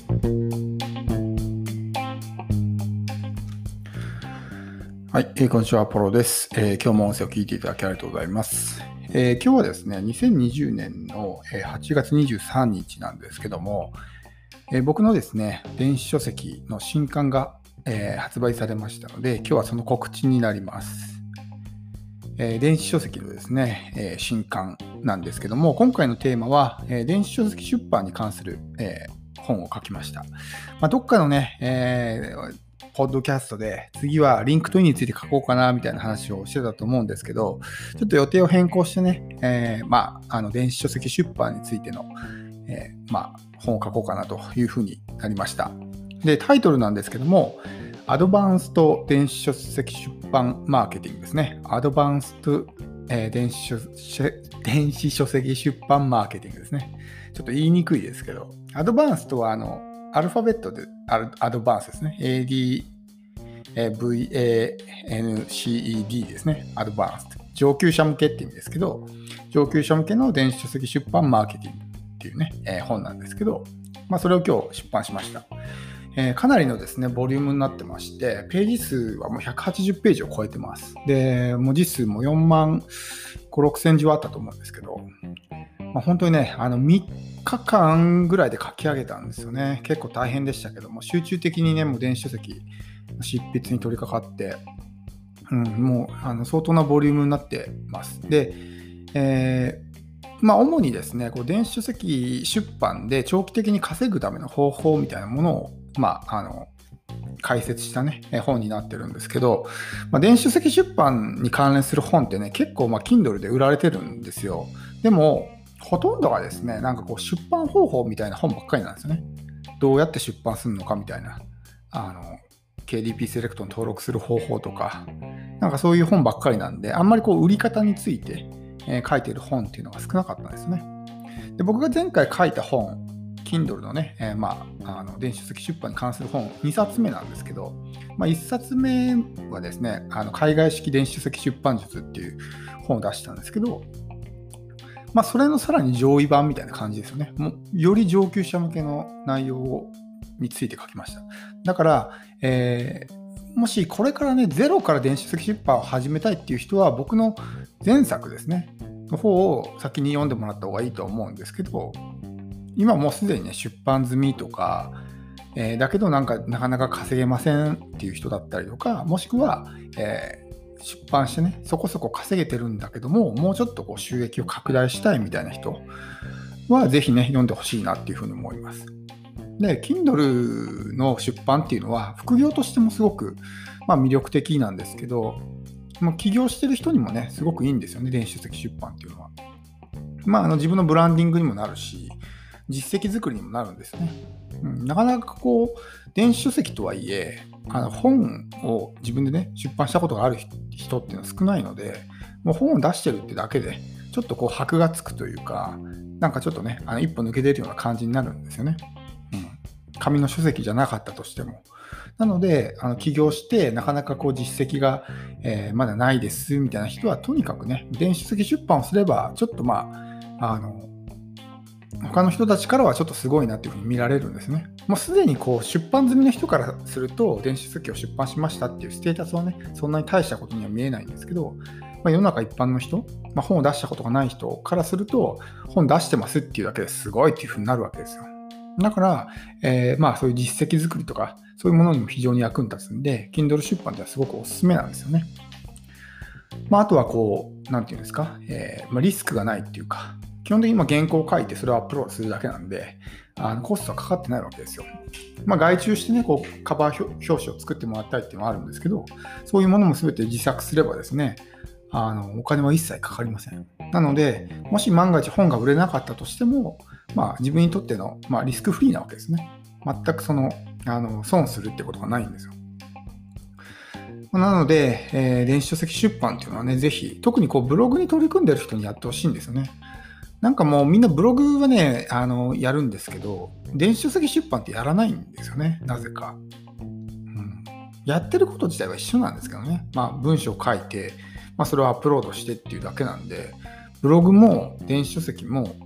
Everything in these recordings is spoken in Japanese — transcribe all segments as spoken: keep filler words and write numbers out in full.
はい、えーこんにちは、ポロです、えー今日も音声を聞いていただきありがとうございます。えー今日はですね、にせんにじゅうねんのえーはちがつにじゅうさんにちなんですけども、えー僕のですね、電子書籍の新刊が、えー発売されましたので、今日はその告知になります。えー電子書籍のですね、えー新刊なんですけども、今回のテーマは、えー電子書籍出版に関する、えー本を書きました。まあ、どっかのね、えーポッドキャストで次はリンクトインについて書こうかなみたいな話をしてたと思うんですけど、ちょっと予定を変更してね、えーまあ、あの電子書籍出版についての、えーまあ、本を書こうかなというふうになりました。で、タイトルなんですけども、アドバンスト電子書籍出版マーケティングですね。アドバンスト、えー電子書電子書籍出版マーケティングですね。ちょっと言いにくいですけど、アドバンストはあのアルファベットでアドバンスですね。エーディーブイエーエヌシーイーディー ですね。アドバンスト。上級者向けって意味ですけど、上級者向けの電子書籍出版マーケティングっていうね、えー本なんですけど、まあ、それを今日出版しました。えーかなりのですね、ボリュームになってまして、ページ数はもうひゃくはちじゅうページを超えてます。で、文字数もよんまんご、ろくせんじはあったと思うんですけど、まあ、本当にね、あのみっかかんぐらいで書き上げたんですよね。結構大変でしたけども、集中的にね、もう電子書籍の執筆に取り掛かって、うん、もうあの相当なボリュームになってます。で、えーまあ、主にですね、こう電子書籍出版で長期的に稼ぐための方法みたいなものを、まあ、あの解説したね、本になってるんですけど、まあ、電子書籍出版に関連する本ってね、結構まあ Kindle で売られてるんですよ。でも、ほとんどがですね、なんかこう出版方法みたいな本ばっかりなんですよね。どうやって出版するのかみたいな。あの、ケーディーピー セレクトに登録する方法とか、なんかそういう本ばっかりなんで、あんまりこう売り方について、えー書いてる本っていうのが少なかったんですね。で、僕が前回書いた本、Kindle のね、えーまあ、あの電子書籍出版に関する本にさつめなんですけど、まあ、いっさつめはですね、あの海外式電子書籍出版術っていう本を出したんですけど、まあ、それのさらに上位版みたいな感じですよね。もうより上級者向けの内容について書きました。だから、えーもしこれからね、ゼロから電子書籍出版を始めたいっていう人は、僕の前作ですね、の方を先に読んでもらった方がいいと思うんですけど、今もうすでにね、出版済みとか、えーだけどなんかなかなか稼げませんっていう人だったりとか、もしくは、えー出版してね、そこそこ稼げてるんだけども、もうちょっとこう収益を拡大したいみたいな人は、ぜひね、読んでほしいなっていうふうに思います。で、Kindle の出版っていうのは、副業としてもすごく、まあ、魅力的なんですけど、もう起業してる人にもね、すごくいいんですよね、電子書籍出版っていうのは。まあ、あの自分のブランディングにもなるし、実績作りにもなるんですね。うん、なかなかこう、電子書籍とはいえ、あの本を自分でね、出版したことがある人っていうのは少ないので、もう本を出してるってだけで、ちょっとこう、箔がつくというか、なんかちょっとね、あの一歩抜け出るような感じになるんですよね。うん、紙の書籍じゃなかったとしても。なので、あの起業してなかなかこう実績が、えーまだないですみたいな人は、とにかくね、電子書籍出版をすれば、ちょっとまあ、あの、他の人たちからはちょっとすごいなっていうふうに見られるんですね。もうすでにこう出版済みの人からすると、電子書籍を出版しましたっていうステータスはね、そんなに大したことには見えないんですけど、まあ、世の中一般の人、まあ、本を出したことがない人からすると、本出してますっていうだけですごいっていうふうになるわけですよ。だから、えーまあそういう実績作りとか、そういうものにも非常に役に立つんで、Kindle 出版ではすごくおすすめなんですよね。まあ、あとはこう、なんていうんですか、えーまあ、リスクがないっていうか、基本的に今原稿を書いてそれをアップロードするだけなんで、あのコストはかかってないわけですよ。まあ、外注してね、こうカバー表紙を作ってもらったりっていうのはあるんですけど、そういうものも全て自作すればですね、あのお金は一切かかりません。なので、もし万が一本が売れなかったとしても、まあ、自分にとっての、まあ、リスクフリーなわけですね。全くそのあの損するってことがないんですよ。なので、えー電子書籍出版っていうのはね、ぜひ、特にこうブログに取り組んでる人にやってほしいんですよね。なんかもうみんなブログはね、あの、やるんですけど、電子書籍出版ってやらないんですよね、なぜか。うん、やってること自体は一緒なんですけどね。まあ、文章を書いて、まあ、それをアップロードしてっていうだけなんで、ブログも電子書籍も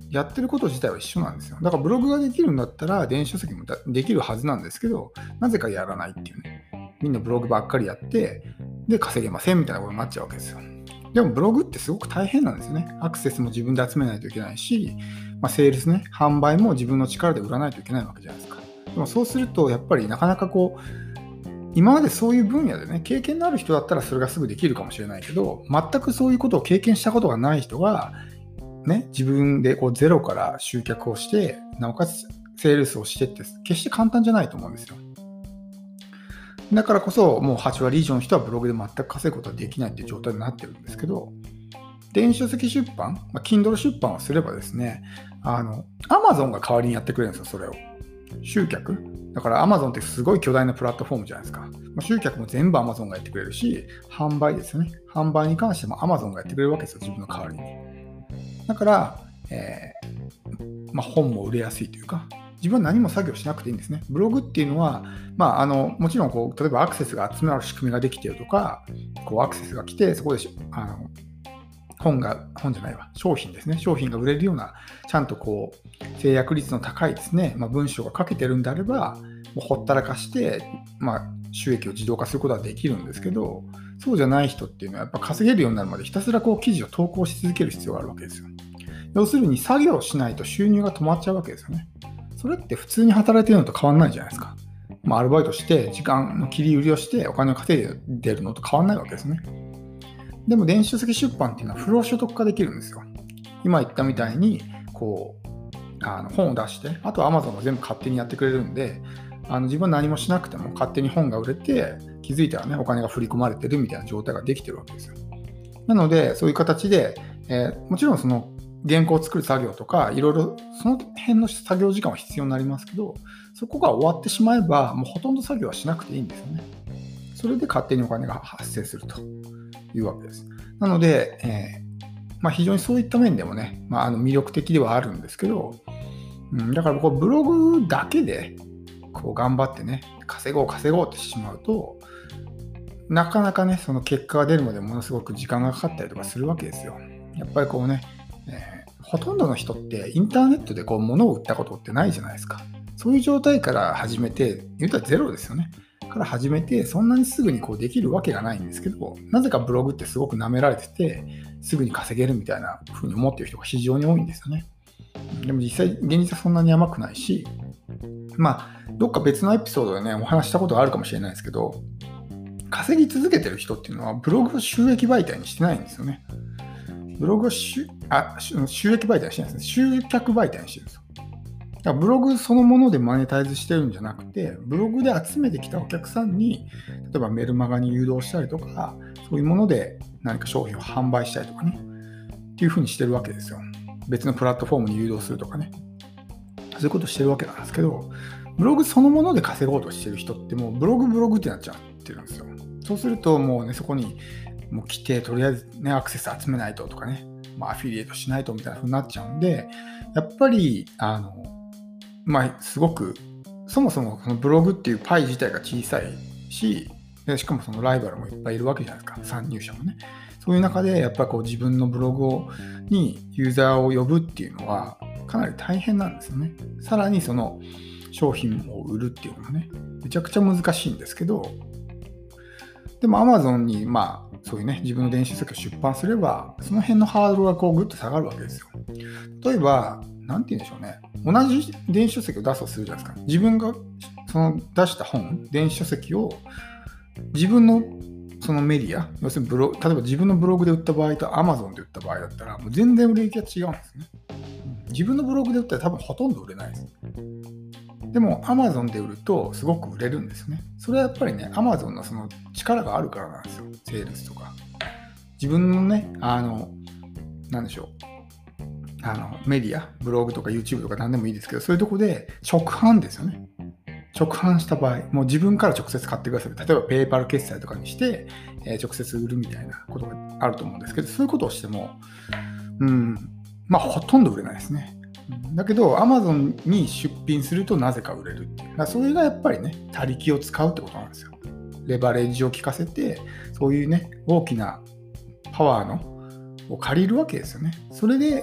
やってること自体は一緒なんですよ。だからブログができるんだったら電子書籍もできるはずなんですけど、なぜかやらないっていうね。みんなブログばっかりやって、で稼げませんみたいなことになっちゃうわけですよ。でもブログってすごく大変なんですよね。アクセスも自分で集めないといけないし、まあ、セールスね、販売も自分の力で売らないといけないわけじゃないですか。でもそうするとやっぱりなかなかこう、今までそういう分野でね、経験のある人だったらそれがすぐできるかもしれないけど、全くそういうことを経験したことがない人が、ね、自分でこうゼロから集客をして、なおかつセールスをしてって決して簡単じゃないと思うんですよ。だからこそもうはち割以上の人はブログで全く稼ぐことはできないっていう状態になってるんですけど、電子書籍出版、まあ、Kindle 出版をすればですね、あの Amazon が代わりにやってくれるんですよ、それを。集客だから Amazon ってすごい巨大なプラットフォームじゃないですか。まあ、集客も全部 Amazon がやってくれるし、販売ですよね。販売に関しても Amazon がやってくれるわけですよ、自分の代わりに。だから、えーまあ、本も売れやすいというか、自分は何も作業しなくていいんですね。ブログっていうのは、まあ、あのもちろんこう例えばアクセスが集まる仕組みができているとか、こうアクセスが来て、そこであの本が、本じゃないわ、商品ですね。商品が売れるような、ちゃんとこう、制約率の高いですね、まあ、文章が書けてるんであれば、もうほったらかして、まあ、収益を自動化することはできるんですけど、そうじゃない人っていうのは、やっぱ稼げるようになるまでひたすらこう記事を投稿し続ける必要があるわけですよ。要するに、作業しないと収入が止まっちゃうわけですよね。それって普通に働いてるのと変わんないじゃないですか。まあ、アルバイトして、時間の切り売りをして、お金を稼いでるのと変わんないわけですね。でも電子書籍出版っていうのは不労所得化できるんですよ。今言ったみたいにこうあの本を出して、あとは Amazon が全部勝手にやってくれるんで、あの自分は何もしなくても勝手に本が売れて、気づいたらね、お金が振り込まれてるみたいな状態ができてるわけですよ。なのでそういう形で、えー、もちろんその原稿を作る作業とかいろいろその辺の作業時間は必要になりますけど、そこが終わってしまえばもうほとんど作業はしなくていいんですよね。それで勝手にお金が発生するというわけです。なので、えーまあ、非常にそういった面でもね、まあ、あの魅力的ではあるんですけど、うん、だから僕はブログだけでこう頑張ってね、稼ごう稼ごうってしてしまうと、なかなかね、その結果が出るまでものすごく時間がかかったりとかするわけですよ。やっぱりこうね、えーほとんどの人ってインターネットでこう物を売ったことってないじゃないですか。そういう状態から始めて、言うたらゼロですよね。から始めて、そんなにすぐにこうできるわけがないんですけど、なぜかブログってすごく舐められてて、すぐに稼げるみたいな風に思っている人が非常に多いんですよね。でも実際、現実はそんなに甘くないし、まあ、どっか別のエピソードでね、お話したことがあるかもしれないですけど、稼ぎ続けてる人っていうのは、ブログを収益媒体にしてないんですよね。ブログを収あ収益媒体にしてないですね。集客媒体にしてるんですよ。だからブログそのものでマネタイズしてるんじゃなくて、ブログで集めてきたお客さんに、例えばメルマガに誘導したりとか、そういうもので何か商品を販売したりとかね、っていうふうにしてるわけですよ。別のプラットフォームに誘導するとかね。そういうことをしてるわけなんですけど、ブログそのもので稼ごうとしてる人ってもうブログブログってなっちゃってるんですよ。そうするともうね、そこにもう来て、とりあえずね、アクセス集めないととかね、まあ、アフィリエイトしないとみたいな風になっちゃうんで、やっぱり、あの、まあ、すごく、そもそもこのブログっていうパイ自体が小さいし、でしかもそのライバルもいっぱいいるわけじゃないですか、参入者もね。そういう中で、やっぱりこう自分のブログをにユーザーを呼ぶっていうのは、かなり大変なんですよね。さらにその商品を売るっていうのがね、めちゃくちゃ難しいんですけど、でも Amazon にまあそういうね、自分の電子書籍を出版すれば、その辺のハードルがこうぐっと下がるわけですよ。例えば、なんて言うんでしょうね。同じ電子書籍を出すとするじゃないですか。自分がその出した本、電子書籍を自分のそのメディア、要するにブロ例えば自分のブログで売った場合と Amazon で売った場合だったら、もう全然売れ行きが違うんですね。自分のブログで売ったら多分ほとんど売れないです。でも Amazon で売るとすごく売れるんですよね。それはやっぱりね、Amazon のその力があるからなんですよ。セールスとか。自分のね、あの、なんでしょう。あの、メディア、ブログとか YouTube とか何でもいいですけど、そういうとこで直販ですよね。直販した場合、もう自分から直接買ってください。例えばペーパル決済とかにして、えー、直接売るみたいなことがあると思うんですけど、そういうことをしても、うん、まあほとんど売れないですね。だけど Amazon に出品するとなぜか売れるっていう。だからそれがやっぱりね、他力を使うってことなんですよ。レバレッジを効かせて、そういうね、大きなパワーのを借りるわけですよね。それで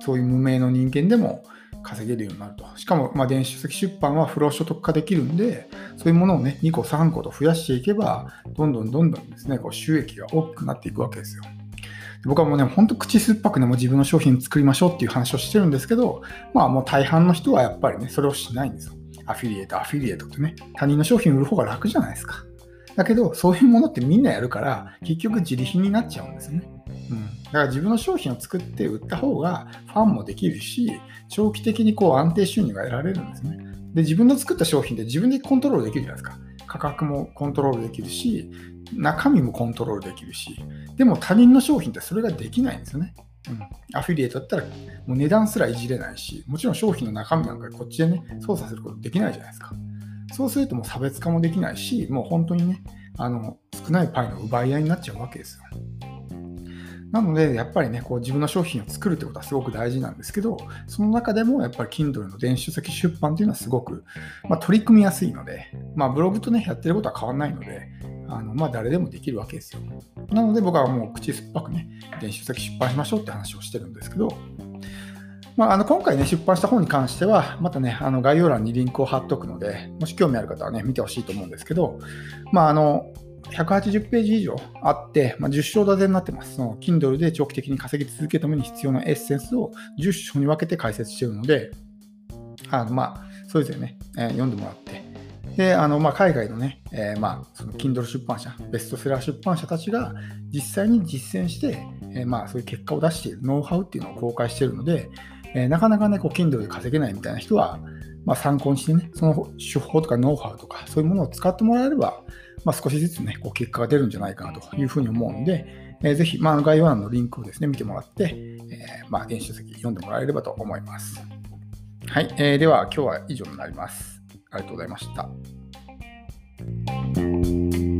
そういう無名の人間でも稼げるようになると。しかも、まあ、電子書籍出版は不労所得化できるんで、そういうものをね、にこさんこと増やしていけば、どんどんどんどんですね、こう収益が大きくなっていくわけですよ。僕はもうね、ほんと口酸っぱくね、もう自分の商品作りましょうっていう話をしてるんですけど、まあもう大半の人はやっぱりね、それをしないんですよ。アフィリエイト、アフィリエイトってね、他人の商品を売る方が楽じゃないですか。だけど、そういうものってみんなやるから、結局自利品になっちゃうんですよね。うん、だから自分の商品を作って売った方がファンもできるし、長期的にこう安定収入が得られるんですね。で、自分の作った商品で自分でコントロールできるじゃないですか。価格もコントロールできるし、中身もコントロールできるし、でも他人の商品ってそれができないんですよね。うん、アフィリエイトだったらもう値段すらいじれないし、もちろん商品の中身なんかこっちでね、操作することできないじゃないですか。そうするともう差別化もできないし、もう本当にね、あの少ないパイの奪い合いになっちゃうわけですよ。なので、やっぱりね、こう自分の商品を作るってことはすごく大事なんですけど、その中でもやっぱり Kindle の電子書籍出版っていうのはすごく、まあ、取り組みやすいので、まあ、ブログとね、やってることは変わらないので、あのまあ、誰でもできるわけですよ。なので、僕はもう口酸っぱくね、電子書籍出版しましょうって話をしてるんですけど、まあ、あの今回ね、出版した本に関しては、またね、あの概要欄にリンクを貼っておくので、もし興味ある方はね、見てほしいと思うんですけど、まあ、あの、ひゃくはちじゅうページ以上あって、まあ、じゅっ章立てになってます。その Kindle で長期的に稼ぎ続けるために必要なエッセンスをじゅっ章に分けて解説しているので、あのまあ、それぞれね、えー、読んでもらって、で、あのまあ、海外のね、えー、まあ、その Kindle 出版社、ベストセラー出版社たちが実際に実践して、えー、まあ、そういう結果を出しているノウハウっていうのを公開しているので、えー、なかなかね、こう Kindle で稼げないみたいな人は、まあ、参考にしてね、その手法とかノウハウとか、そういうものを使ってもらえれば、まあ、少しずつね、こう結果が出るんじゃないかなというふうに思うので、えー、ぜひ、まあ、概要欄のリンクをですね、見てもらって、えー、まあ、電子書籍読んでもらえればと思います。はい、えー、では今日は以上になります。ありがとうございました。